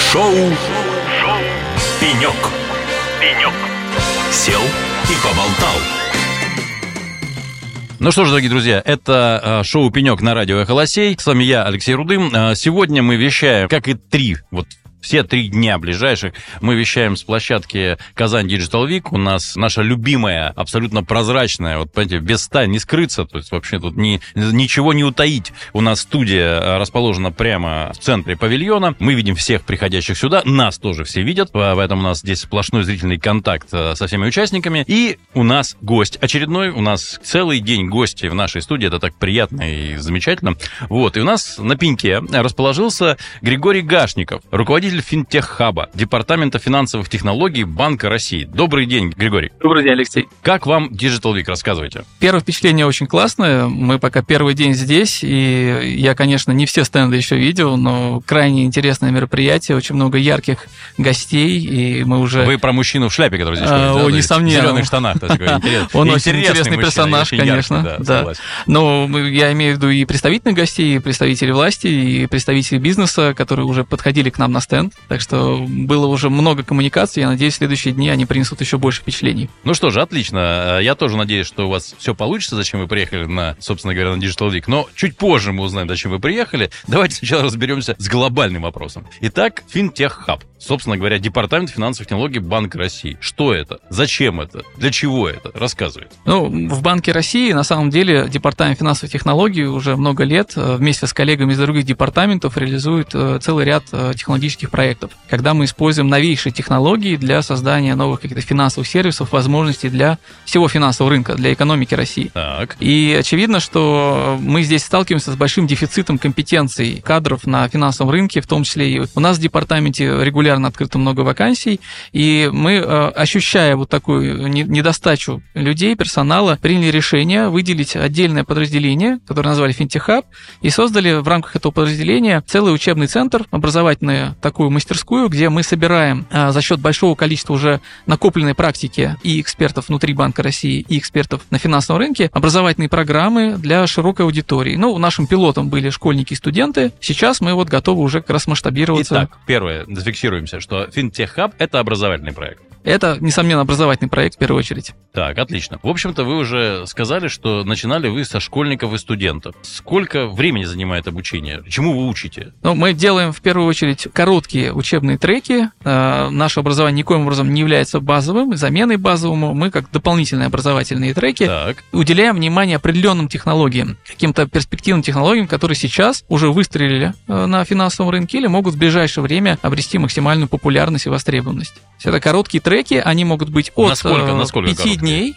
Пенек. Сел и поболтал. Ну что ж, дорогие друзья, это шоу «Пенек» на радио «Эхо Лосей». С вами я, Алексей Рудым. Сегодня мы вещаем, как и все 3 дня ближайших, мы вещаем с площадки Казань Digital Week. У нас наша любимая, абсолютно прозрачная, вот, понимаете, без ста не скрыться, то есть вообще тут ничего не утаить. У нас студия расположена прямо в центре павильона. Мы видим всех приходящих сюда, нас тоже все видят, поэтому у нас здесь сплошной зрительный контакт со всеми участниками. И у нас гость очередной, у нас целый день гости в нашей студии, это так приятно и замечательно. Вот, и у нас на пеньке расположился Григорий Гашников, руководитель финтех-хаба, Департамента финансовых технологий Банка России. Добрый день, Григорий. Добрый день, Алексей. Как вам Digital Week? Рассказывайте. Первое впечатление очень классное. Мы пока первый день здесь, и я, конечно, не все стенды еще видел, но крайне интересное мероприятие, очень много ярких гостей, и мы уже... Вы про мужчину в шляпе, который здесь ходит, да? Несомненно. В зеленых штанах. Он очень интересный персонаж, конечно. Да. Но я имею в виду и представительных гостей, и представителей власти, и представителей бизнеса, которые уже подходили к нам на стенд. Так что было уже много коммуникаций. Я надеюсь, в следующие дни они принесут еще больше впечатлений. Ну что же, отлично. Я тоже надеюсь, что у вас все получится, зачем вы приехали собственно говоря, на Digital Week. Но чуть позже мы узнаем, зачем вы приехали. Давайте сначала разберемся с глобальным вопросом. Итак, финтех-хаб. Собственно говоря, Департамент финансовых технологий Банка России. Что это? Зачем это? Для чего это? Рассказывайте. В Банке России, на самом деле, Департамент финансовых технологий уже много лет вместе с коллегами из других департаментов реализует целый ряд технологических проектов, когда мы используем новейшие технологии для создания новых каких-то финансовых сервисов, возможностей для всего финансового рынка, для экономики России. Так. И очевидно, что мы здесь сталкиваемся с большим дефицитом компетенций кадров на финансовом рынке, в том числе и у нас в департаменте регулярно открыто много вакансий, и мы, ощущая вот такую недостачу людей, персонала, приняли решение выделить отдельное подразделение, которое назвали Финтех-хаб, и создали в рамках этого подразделения целый учебный центр, образовательную такую мастерскую, где мы собираем за счет большого количества уже накопленной практики и экспертов внутри Банка России, и экспертов на финансовом рынке, образовательные программы для широкой аудитории. Нашим пилотом были школьники и студенты. Сейчас мы готовы уже как раз масштабироваться. Итак, первое, зафиксируемся, что Финтех-хаб – это образовательный проект. Это, несомненно, образовательный проект в первую очередь. Так, отлично. В общем-то, вы уже сказали, что начинали вы со школьников и студентов. Сколько времени занимает обучение? Чему вы учите? Мы делаем, в первую очередь, короткие учебные треки. Наше образование никоим образом не является базовым, заменой базовому. Мы, как дополнительные образовательные треки, уделяем внимание определенным технологиям, каким-то перспективным технологиям, которые сейчас уже выстрелили на финансовом рынке или могут в ближайшее время обрести максимальную популярность и востребованность. Это короткие треки, они могут быть от 5 дней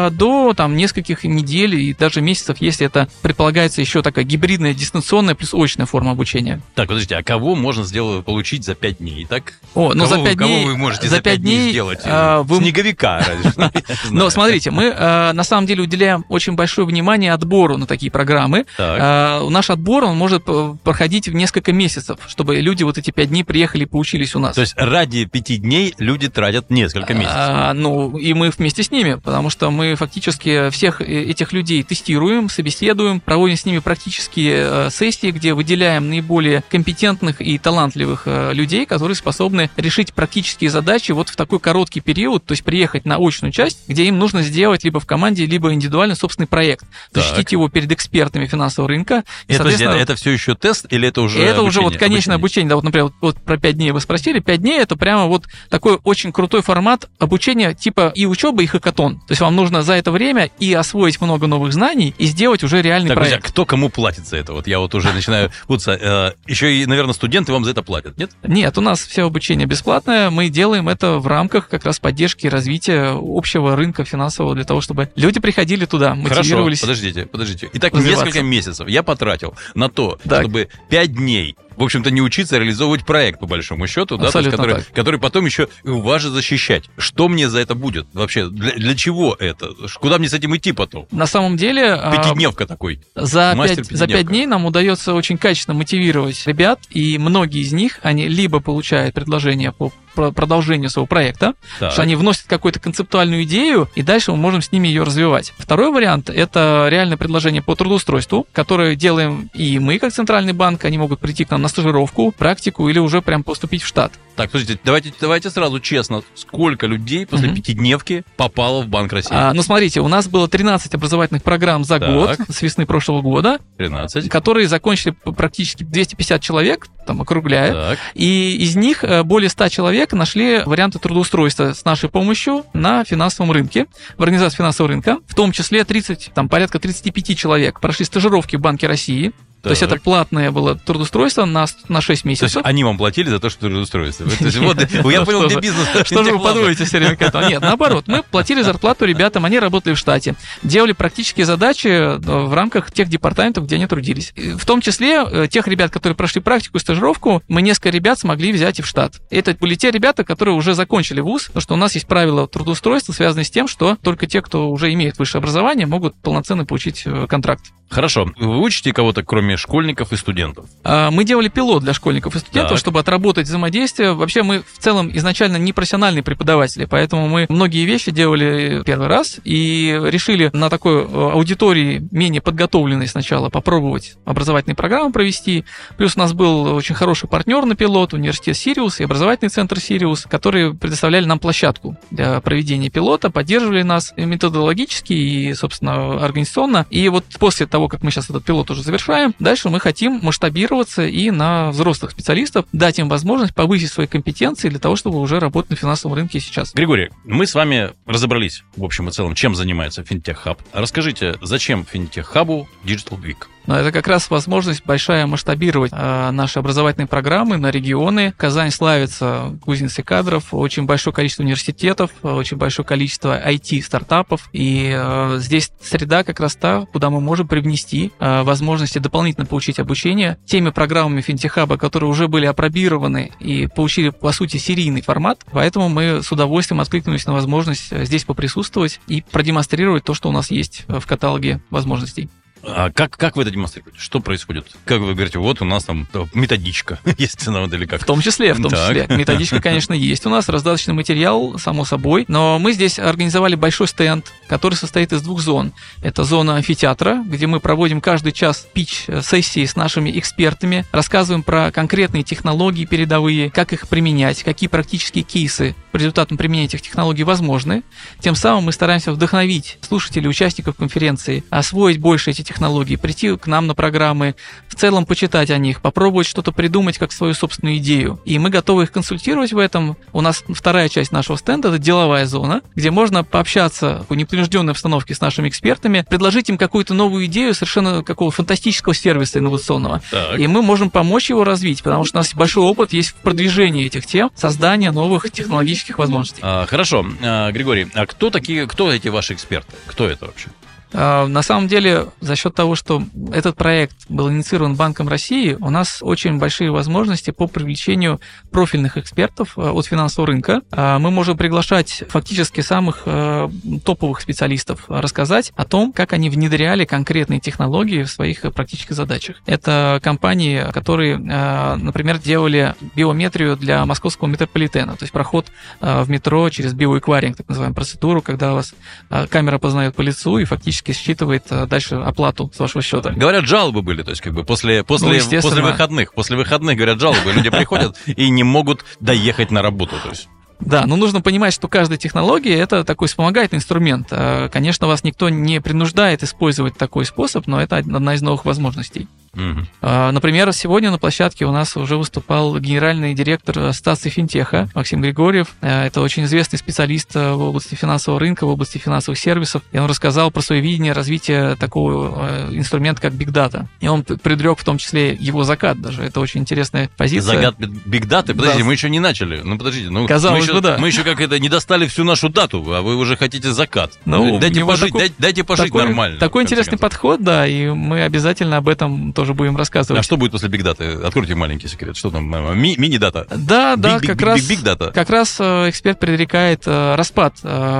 до нескольких недель и даже месяцев, если это предполагается еще такая гибридная, дистанционная плюс очная форма обучения. Так, подождите, а кого можно получить за 5 дней? Так? За 5 дней, кого вы можете за 5 дней сделать? Снеговика. Но смотрите, мы на самом деле уделяем очень большое внимание отбору на такие программы. Наш отбор, он может проходить в несколько месяцев, чтобы люди эти 5 дней приехали и поучились у нас. То есть ради 5 дней люди тратят несколько месяцев. И мы вместе с ними, потому что мы фактически всех этих людей тестируем, собеседуем, проводим с ними практические сессии, где выделяем наиболее компетентных и талантливых людей, которые способны решить практические задачи в такой короткий период, то есть приехать на очную часть, где им нужно сделать либо в команде, либо индивидуально собственный проект, защитить его перед экспертами финансового рынка. Это все еще тест или это уже это обучение? уже конечное обучение. Да, например, про 5 дней вы спросили. 5 дней это прямо такой очень крутой формат обучения типа и учеба, и хакатон. То есть вам нужно за это время и освоить много новых знаний, и сделать уже реальный проект. Друзья, кто кому платит за это? Я уже начинаю путаться. Еще и, наверное, студенты вам за это платят, нет? Нет, у нас все обучение бесплатное. Мы делаем это в рамках как раз поддержки и развития общего рынка финансового для того, чтобы люди приходили туда, мотивировались. Хорошо, подождите. Итак, несколько месяцев я потратил на то, чтобы 5 дней в общем-то, не учиться реализовывать проект, по большому счету, да, который потом еще у вас же защищать. Что мне за это будет? Вообще, для чего это? Куда мне с этим идти потом? На самом деле... Пятидневка такой. За 5 дней нам удается очень качественно мотивировать ребят, и многие из них, они либо получают предложение по продолжению своего проекта, что они вносят какую-то концептуальную идею, и дальше мы можем с ними ее развивать. Второй вариант – это реальное предложение по трудоустройству, которое делаем и мы, как Центральный банк, они могут прийти к нам на стажировку, практику или уже прям поступить в штат. Так, слушайте, давайте сразу честно, сколько людей после пятидневки попало в Банк России? Смотрите, у нас было 13 образовательных программ за год, с весны прошлого года, 13. которые закончили практически 250 человек, там округляя, Так. и из них более 100 человек нашли варианты трудоустройства с нашей помощью на финансовом рынке, в организации финансового рынка, в том числе порядка 35 человек прошли стажировки в Банке России. То есть это платное было трудоустройство на 6 месяцев. То есть они вам платили за то, что трудоустройство? Я понял, где бизнес. Что же вы подумаете все время к этому? Нет, наоборот, мы платили зарплату ребятам, они работали в штате, делали практические задачи в рамках тех департаментов, где они трудились. В том числе тех ребят, которые прошли практику и стажировку, мы несколько ребят смогли взять и в штат. Это были те ребята, которые уже закончили вуз, потому что у нас есть правила трудоустройства, связанные с тем, что только те, кто уже имеет высшее образование, могут полноценно получить контракт. Хорошо. Вы учите кого-то, кроме школьников и студентов? Мы делали пилот для школьников и студентов, чтобы отработать взаимодействие. Вообще мы в целом изначально не профессиональные преподаватели, поэтому мы многие вещи делали первый раз и решили на такой аудитории менее подготовленной сначала попробовать образовательные программы провести. Плюс у нас был очень хороший партнер на пилот, университет Сириус и образовательный центр Сириус, которые предоставляли нам площадку для проведения пилота, поддерживали нас методологически и, собственно, организационно. И вот после того, как мы сейчас этот пилот уже завершаем, дальше мы хотим масштабироваться и на взрослых специалистов, дать им возможность повысить свои компетенции для того, чтобы уже работать на финансовом рынке сейчас. Григорий, мы с вами разобрались, в общем и целом, чем занимается Fintech Hub. Расскажите, зачем Fintech Hub'у Digital Week? Но это как раз возможность большая масштабировать наши образовательные программы на регионы. Казань славится кузницей кадров, очень большое количество университетов, очень большое количество IT-стартапов. И здесь среда как раз та, куда мы можем привнести возможности дополнительно получить обучение теми программами FinTech-Hub, которые уже были апробированы и получили, по сути, серийный формат. Поэтому мы с удовольствием откликнулись на возможность здесь поприсутствовать и продемонстрировать то, что у нас есть в каталоге возможностей. А как вы это демонстрируете? Что происходит? Как вы говорите, вот у нас там методичка есть, или как? В том числе. Методичка, конечно, есть у нас, раздаточный материал, само собой, но мы здесь организовали большой стенд, который состоит из 2 зон. Это зона амфитеатра, где мы проводим каждый час питч-сессии с нашими экспертами, рассказываем про конкретные технологии передовые, как их применять, какие практические кейсы по результатам применения этих технологий возможны. Тем самым мы стараемся вдохновить слушателей, участников конференции, освоить больше эти технологии, прийти к нам на программы, в целом почитать о них, попробовать что-то придумать как свою собственную идею. И мы готовы их консультировать в этом. У нас вторая часть нашего стенда – это деловая зона, где можно пообщаться в непринужденной обстановке с нашими экспертами, предложить им какую-то новую идею совершенно какого фантастического сервиса инновационного. Так. И мы можем помочь его развить, потому что у нас большой опыт есть в продвижении этих тем, создания новых технологических возможностей. Хорошо. Григорий, а кто эти ваши эксперты? Кто это вообще? На самом деле, за счет того, что этот проект был инициирован Банком России, у нас очень большие возможности по привлечению профильных экспертов от финансового рынка. Мы можем приглашать фактически самых топовых специалистов рассказать о том, как они внедряли конкретные технологии в своих практических задачах. Это компании, которые, например, делали биометрию для московского метрополитена, то есть проход в метро через биоэквайринг, так называемую процедуру, когда у вас камера познает по лицу и фактически считывает дальше оплату с вашего счета. Говорят, жалобы были, то есть как бы после выходных, говорят, жалобы, люди приходят и не могут доехать на работу, то есть. Да, но нужно понимать, что каждая технология – это такой вспомогательный инструмент. Конечно, вас никто не принуждает использовать такой способ, но это одна из новых возможностей. Например, сегодня на площадке у нас уже выступал генеральный директор Стации Финтеха Максим Григорьев. Это очень известный специалист в области финансового рынка, в области финансовых сервисов. И он рассказал про свое видение развития такого инструмента, как Big Data. И он предрек в том числе его закат даже. Это очень интересная позиция. Закат Big Data? Подождите, да. Мы еще не начали. Подождите. Казалось бы, да. Мы еще как это не достали всю нашу дату, а вы уже хотите закат. Дайте пожить нормально. Такой интересный подход, да, и мы обязательно об этом тоже будем рассказывать. А что будет после Big Data? Откройте маленький секрет. Что там? Мини-дата? Да, как раз эксперт предрекает распад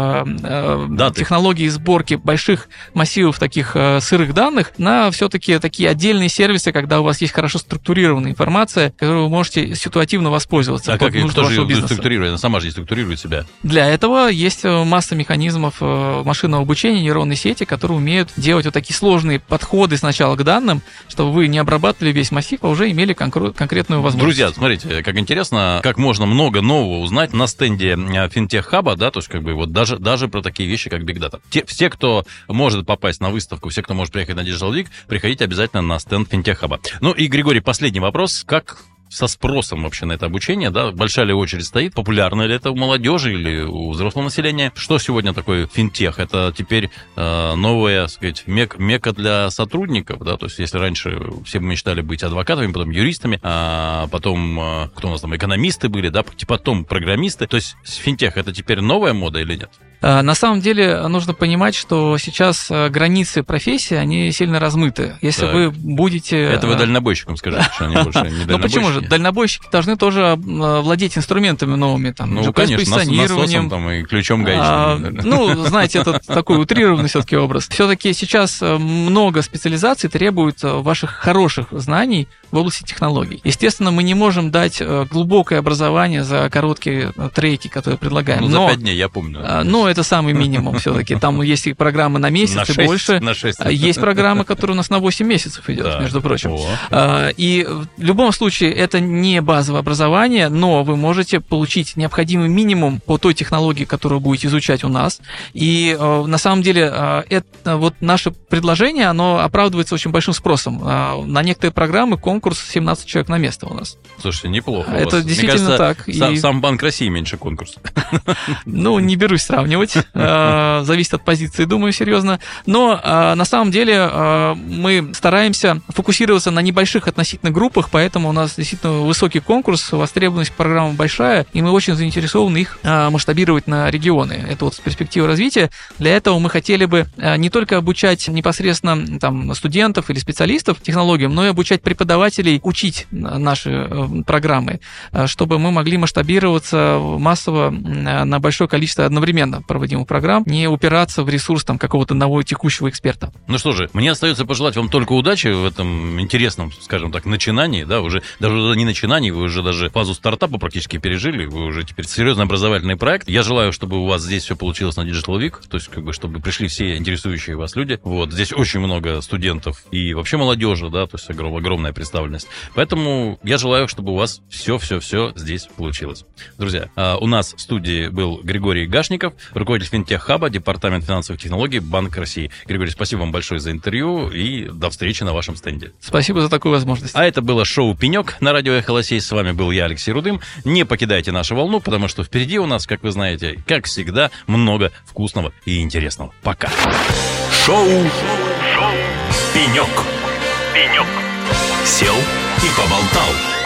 технологии сборки больших массивов таких сырых данных на все-таки такие отдельные сервисы, когда у вас есть хорошо структурированная информация, которой вы можете ситуативно воспользоваться. А как кто же ее структурирует? Она сама каждый структурирует себя? Для этого есть масса механизмов машинного обучения, нейронной сети, которые умеют делать вот такие сложные подходы сначала к данным, чтобы вы не обрабатывали весь массив, а уже имели конкретную возможность. Друзья, смотрите, как интересно, как можно много нового узнать на стенде финтех-хаба, да, то есть как бы вот даже про такие вещи, как Big Data. Все, кто может попасть на выставку, все, кто может приехать на Digital Week, приходите обязательно на стенд финтех-хаба. Ну и, Григорий, последний вопрос. Как со спросом вообще на это обучение, да? Большая ли очередь стоит? Популярно ли это у молодежи или у взрослого населения? Что сегодня такое финтех? Это теперь новая, так сказать, мека для сотрудников, да? То есть если раньше все мечтали быть адвокатами, потом юристами, а потом, кто у нас там, экономисты были, да? Потом программисты. То есть финтех — это теперь новая мода или нет? На самом деле нужно понимать, что сейчас границы профессии, они сильно размыты. Если вы будете... Это вы дальнобойщикам скажите, что они больше не дальнобойщики. Ну почему же? Дальнобойщики должны тоже владеть инструментами новыми, там, ну, конечно, насосом там, и ключом гаечным. Ну, знаете, это такой утрированный все-таки образ. Все-таки сейчас много специализаций требует ваших хороших знаний в области технологий. Естественно, мы не можем дать глубокое образование за короткие треки, которые предлагаем. Ну, за 5 дней, я помню. Ну, это самый минимум все-таки. Там есть и программы на месяц, на 6, и больше. На 6. Есть программы, которые у нас на 8 месяцев идет, да, между прочим. И в любом случае это не базовое образование, но вы можете получить необходимый минимум по той технологии, которую будете изучать у нас. И на самом деле это, вот наше предложение, оно оправдывается очень большим спросом. На некоторые программы конкурс 17 человек на место у нас. Слушайте, неплохо. Это действительно так. Сам Банк России меньше конкурса. Ну, не берусь сравнивать. Зависит от позиции, думаю, серьезно. Но на самом деле мы стараемся фокусироваться на небольших относительно группах, поэтому у нас действительно высокий конкурс, востребованность программы большая, и мы очень заинтересованы их масштабировать на регионы. Это вот с перспективы развития. Для этого мы хотели бы не только обучать непосредственно там, студентов или специалистов технологиям, но и обучать преподавателей учить наши программы, чтобы мы могли масштабироваться массово на большое количество одновременно проводимых программ, не упираться в ресурс там, какого-то одного текущего эксперта. Ну что же, мне остается пожелать вам только удачи в этом интересном, скажем так, начинании, да, уже даже не начинании, вы уже даже фазу стартапа практически пережили, вы уже теперь серьезный образовательный проект. Я желаю, чтобы у вас здесь все получилось на Digital Week, то есть как бы чтобы пришли все интересующие вас люди. Вот, здесь очень много студентов и вообще молодежи, да, то есть огромная представленность. Поэтому я желаю, чтобы у вас все здесь получилось. Друзья, у нас в студии был Григорий Гашников, руководитель финтех-хаба, департамент финансовых технологий, Банк России. Григорий, спасибо вам большое за интервью и до встречи на вашем стенде. Спасибо за такую возможность. А это было шоу «Пенек» на радио «Эхо Лосей». С вами был я, Алексей Рудым. Не покидайте нашу волну, потому что впереди у нас, как вы знаете, как всегда, много вкусного и интересного. Пока. Шоу «Пенек». Сел и поболтал.